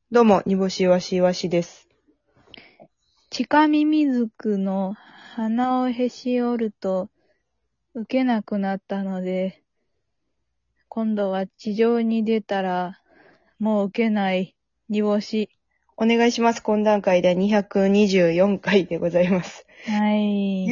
どうも、煮干しわしわしです。 チカミミズクの鼻をへし折ると受けなくなったので、今度は地上に出たらもう受けない煮干し。 お願いします。懇談会で224回でございます。 はい。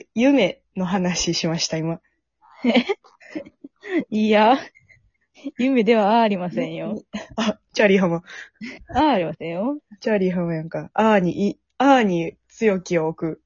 夢の話しました、今。 いや、夢ではありませんよ。 あ、チャーリー浜。 ありませんよ。 チャーリー浜やんか。あーに強きを置く。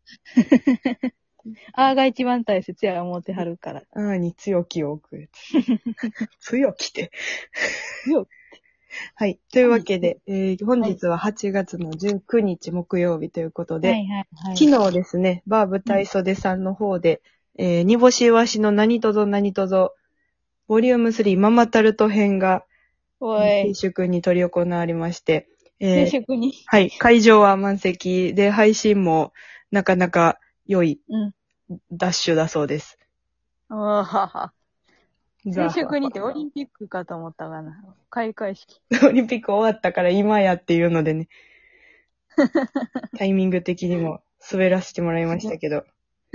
が一番大切や思ってはるから。 あーに強きを置くやつ。強きって。 よはい。というわけで、本日は8月の19日木曜日ということで、 はいはいはい。 昨日ですね、バー舞台袖さんの方で、煮干しわしの何とぞ何とぞ、ボリューム3ママタルト編が、 お静い、 粛に執り行われまして、 静粛に。 はい、会場は満席で、配信もなかなか良いうん。 ダッシュだそうです。 おはは。静粛にってオオリンピックかと思ったかな。開会式。 リンピック終わったから今やっていうのでね、タイミング的にも滑らせてもらいましたけど。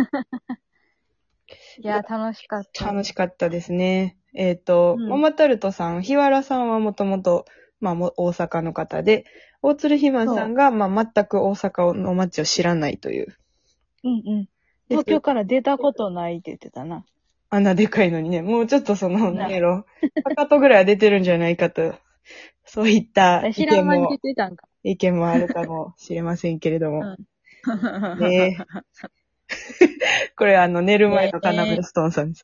いや、楽しかった。 楽しかったですね。マうんマタルトさん、日原さんはもともと、大阪の方で、大鶴ひまんさんが、全く大阪の街を知らないという。 うんうん。東京から出たことないって言ってたな。 あんなでかいのにね、もうちょっとななんやろ、かかとぐらいは出てるんじゃないかと、そういった知らん間に出てたんか。 意見もあるかもしれませんけれども。 うん。 ねえ。これ寝る前のカナメストーンさんです。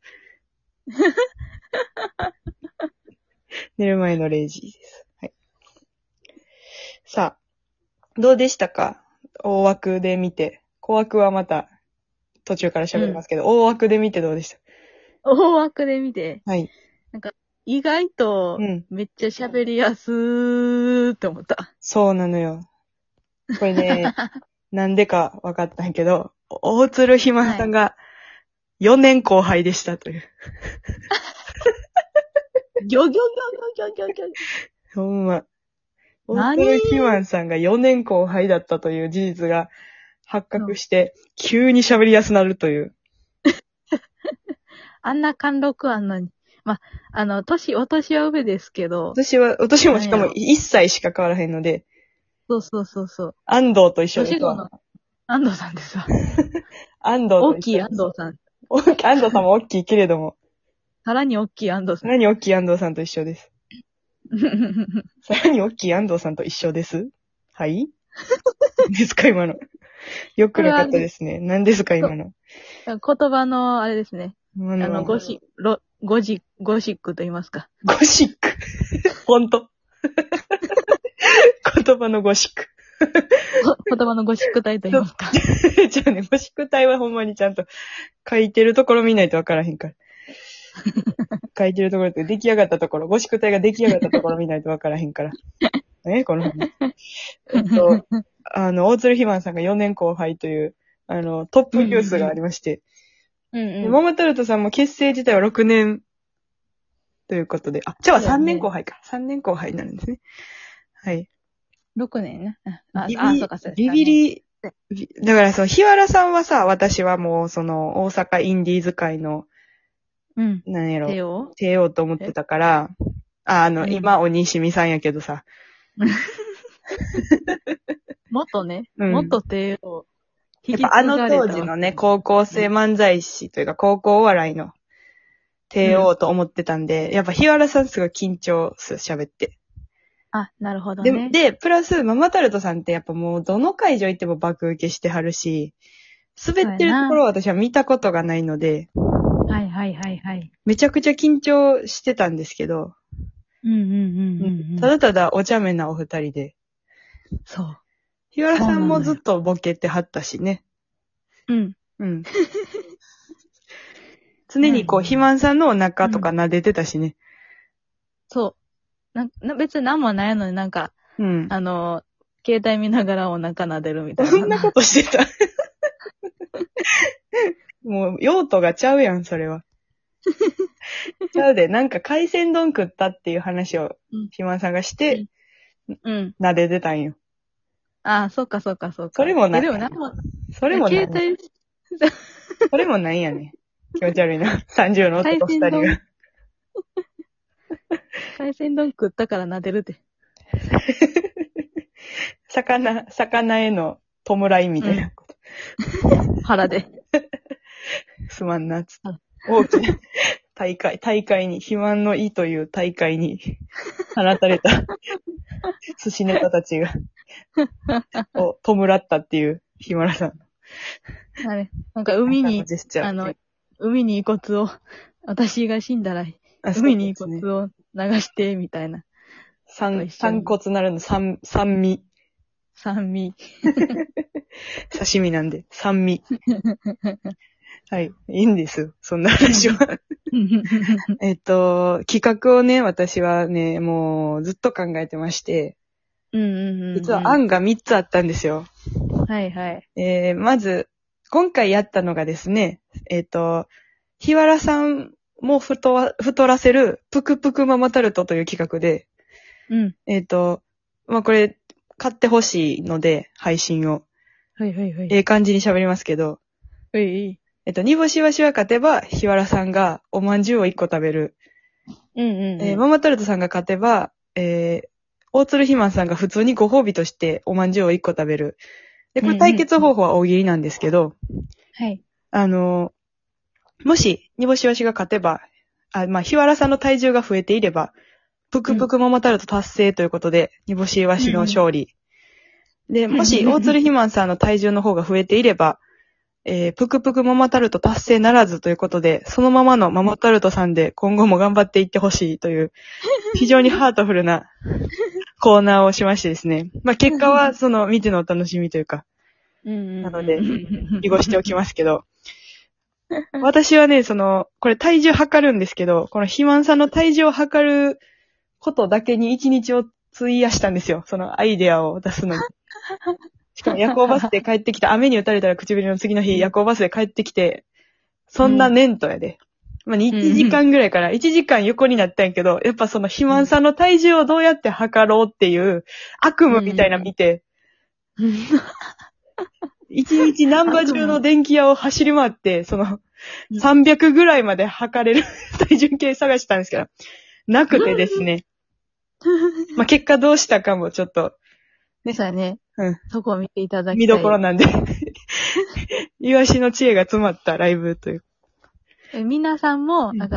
寝る前の0時です。はい。さあ、どうでしたか？大枠で見て。小枠はまた途中から喋りますけど、大枠で見てどうでした？ 大枠で見て、 はい。 なんか、意外とうん。 めっちゃ喋りやすーって思った。 そうなのよ。これね、なんでか分かったんやけど、大鶴ひまさんが4年後輩でしたという。 ギョギョギョギョギョギョギョ。 ほんま。大何鶴ひまんさんが4年後輩だったという事実が発覚して、急に喋りやすなるという。 あんな貫禄あんのに。お年は上ですけど。 私もしかも1歳しか変わらへんので、 そうそうそうそう。 安藤と一緒ですわ。 年後の安藤さんですわ。 安藤と大きい一緒です。 安藤さん。 安藤さんも大きいけれども、 さらに大きい安藤さん。 さらに大きい安藤さんと一緒です。さらに大きい安藤さんと一緒です。はい何ですか今の。よくなかったですね。何ですか今の。 言葉の、あれですね。ゴシックと言いますか。 ゴシック。ほんと。言葉のゴシック。 言葉のゴシック体と言いますか。 じゃあね、ゴシック体はほんまにちゃんと書いてるところ見ないとわからへんから。書いてるところって出来上がったところ、ゴシック体が出来上がったところ見ないとわからへんから。この話。大鶴ひまんさんが4年後輩という、トップニュースがありまして。ママタルトさんも結成自体は6年ということで、じゃあ3年後輩か。3年後輩になるんですね。はい。 6年ね。そうか、そうです。 ビビリ、だから日原さんはさ、私はもう大阪インディーズ界の、なんやろ、帝王と思ってたから、今、鬼しみさんやけどさ。 元ね、元帝王。 やっぱ当時のね、高校生漫才師というか高校お笑いの帝王と思ってたんで、やっぱ日原さんすごい緊張する、喋って。 なるほどね。 で、プラス、ママタルトさんってやっぱもうどの会場行っても爆受けしてはるし、滑ってるところを私は見たことがないので、 はいはいはいはい。 めちゃくちゃ緊張してたんですけど、ただただお茶目なお二人で。 そう。 日原さんもずっとボケてはったしね。常に肥満さんのお腹とか撫でてたしね。 そう。別に何もないのに携帯見ながらお腹撫でるみたいな。 そんなことしてた。もう、用途がちゃうやん、それは。ちゃうで、海鮮丼食ったっていう話を、肥満さんがして、 うん。 撫でてたんよ。 ああ、そうかそうかそうか。 それもないでもなんも、 それもない。 携帯、 それもないやね。気持ち悪いな。30の男2人が。 海鮮丼食ったから撫でるで。 魚への弔いみたいなこと。 腹で。 すまんな、つってあ。 大きな大会に、肥満の意という大会に放たれた寿司ネタたちが、を弔ったっていう、日村さんの。 あれ、なんか海に、 ジェスチャー。 海に遺骨を、私が死んだら、海に遺骨を流して、みたいな。 散骨なるの、酸味。 酸味。 刺身なんで、酸味。はい。いいんですよ。そんな話は。企画をね、私はね、もうずっと考えてまして、実は案が3つあったんですよ。 はいはい。 まず、今回やったのがですね、日原さんも太らせるぷくぷくママタルトという企画で、 うん。 まあ、これ、買ってほしいので、配信を。 はいはいはい。 感じに喋りますけど、 はい。 煮干しわしは勝てば、日原さんがおまんじゅうを1個食べる。ママタルトさんが勝てば、大鶴ひまんさんが普通にご褒美としておまんじゅうを1個食べる。で、これ対決方法は大喜利なんですけど、 はい。 もし、煮干しわしが勝てば、まあ、日原さんの体重が増えていれば、ぷくぷくママタルト達成ということで、煮干しわしの勝利。で、もし、大鶴ひまんさんの体重の方が増えていれば、ぷくぷくママタルト達成ならずということで、そのままのママタルトさんで今後も頑張っていってほしいという、非常にハートフルなコーナーをしましてですね。まあ、結果はその見てのお楽しみというか、なので、濁しておきますけど、私はね、これ体重測るんですけど、この肥満さんの体重を測ることだけに1日を費やしたんですよ。そのアイデアを出すのに。しかも夜行バスで帰ってきた、雨に打たれたら唇の次の日、夜行バスで帰ってきて、そんな年とやで。まあ、1時間ぐらいから1時間横になったんやけど、やっぱその肥満さんの体重をどうやって測ろうっていう悪夢みたいなの見て、1日ナンバ中の電気屋を走り回って、300ぐらいまで測れる体重計探したんですけど、なくてですね。まあ、結果どうしたかもちょっと、 ね。そうやね。 うん。 そこを見ていただきたい。 見どころなんで。イワシの知恵が詰まったライブという。 皆さんも、だから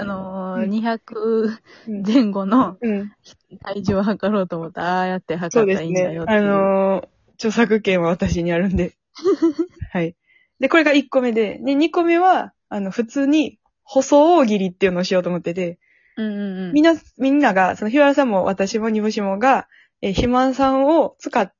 、200前後の体重を測ろうと思ったら、ああやって測ったらいいんだよっていう。 そうですね。著作権は私にあるんで。はい。で、これが1個目で、2個目は、普通に、細大喜利っていうのをしようと思ってて、みんなが、日原さんも私も煮干しもが、肥満さんを使って、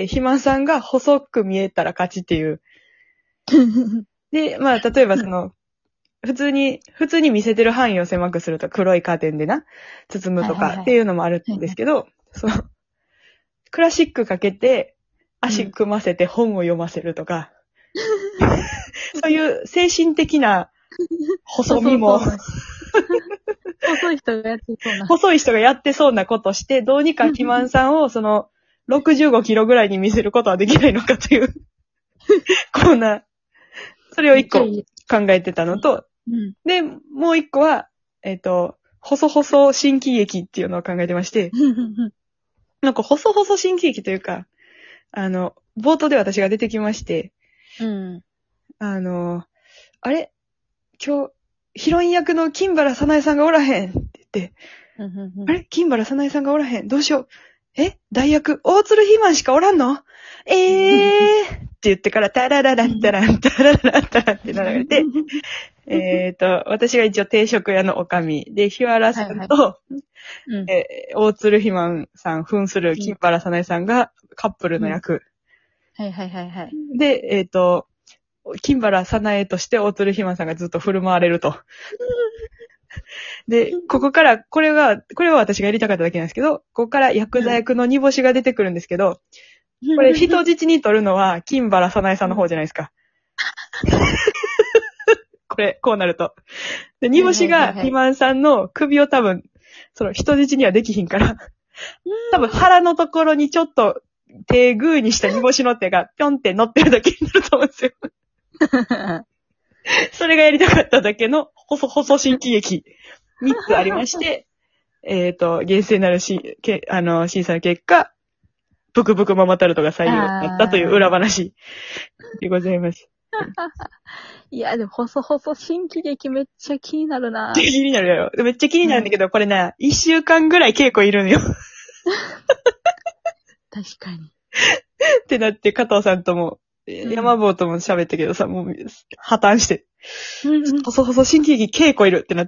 肥満さんが細く見えたら勝ちっていう。で、まあ、例えば普通に見せてる範囲を狭くすると黒いカーテンでな、包むとかっていうのもあるんですけど、クラシックかけて、足組ませて本を読ませるとか、そういう精神的な細身も、 細い人がやってそうな。 細い人がやってそうなことして、どうにか肥満さんを65キロぐらいに見せることはできないのかというコーナー。それを一個考えてたのと、で、もう一個は、細新喜劇っていうのを考えてまして、なんか細新喜劇というか、冒頭で私が出てきまして、あれ今日、ヒロイン役の金原さなえさんがおらへんって言って、あれ金原さなえさんがおらへんどうしよう代役、大鶴ひまんしかおらんのって言ってから、タラララッタラン、タラララッタランって流れて、私が一応定食屋のおかみで、日原さんと、大鶴ひまんさん扮する金原さなえさんがカップルの役。で、金原さなえとして大鶴ひまんさんがずっと振る舞われると。で、ここから、これは私がやりたかっただけなんですけど、ここからヤクザ役の煮干しが出てくるんですけど、これ人質に取るのは金原さなえさんの方じゃないですか。これ、こうなると。で、煮干しが肥満さんの首を多分、人質にはできひんから、 多分腹のところにちょっと手グーにした煮干しの手がぴょんって乗ってるだけになると思うんですよ。それがやりたかっただけの細新喜劇3つありまして、厳正なる審査の結果、ぷくぷくママタルトが採用だったという裏話でございます。 いや、でも、細新喜劇めっちゃ気になるな。 気になるやろ。めっちゃ気になるんだけど、これな、1週間ぐらい稽古いるのよ。 確かに。 ってなって、加藤さんとも、山坊とも喋ったけどさ、もう、破綻して。細新喜劇稽古いるってなって。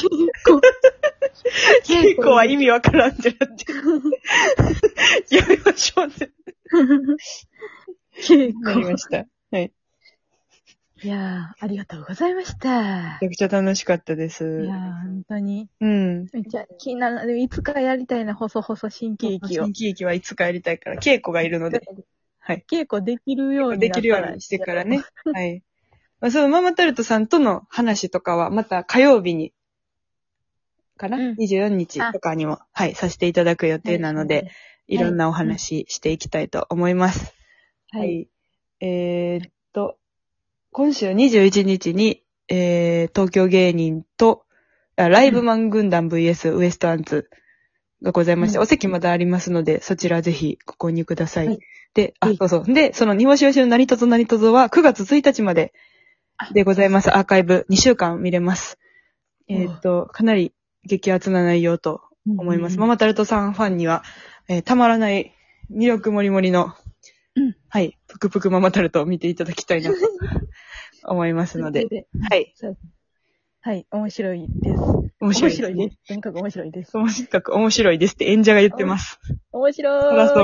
稽古は意味わからんってなって。やめましょうって。 稽古。 なりました。はい。 いやー、ありがとうございました。 めちゃくちゃ楽しかったです。 いやー、本当に。 うん。 めっちゃ気になる。でもいつかやりたいな、細新喜劇を。 新喜劇はいつかやりたいから、稽古がいるので。はい。 稽古できるようにできるようにしてからね。はい。まあ、そのママタルトさんとの話とかは、また火曜日に、かな、24日とかにも、はい、させていただく予定なので、いろんなお話していきたいと思います。はい。今週21日に、東京芸人と、ライブマン軍団 VS ウエストアンツがございまして、お席まだありますので、そちらぜひご購入ください。で、そうそう。で、その煮干し推しの何とぞ何とぞは9月1日まででございます。アーカイブ2週間見れます。かなり激アツな内容と思います。ママタルトさんファンには、たまらない魅力盛り盛りの、はい、ぷくぷくママタルトを見ていただきたいなと思いますので、はい。 はい、面白いです。 面白いです。 とにかく面白いです。 とにかく面白いですって演者が言ってます。 面白い。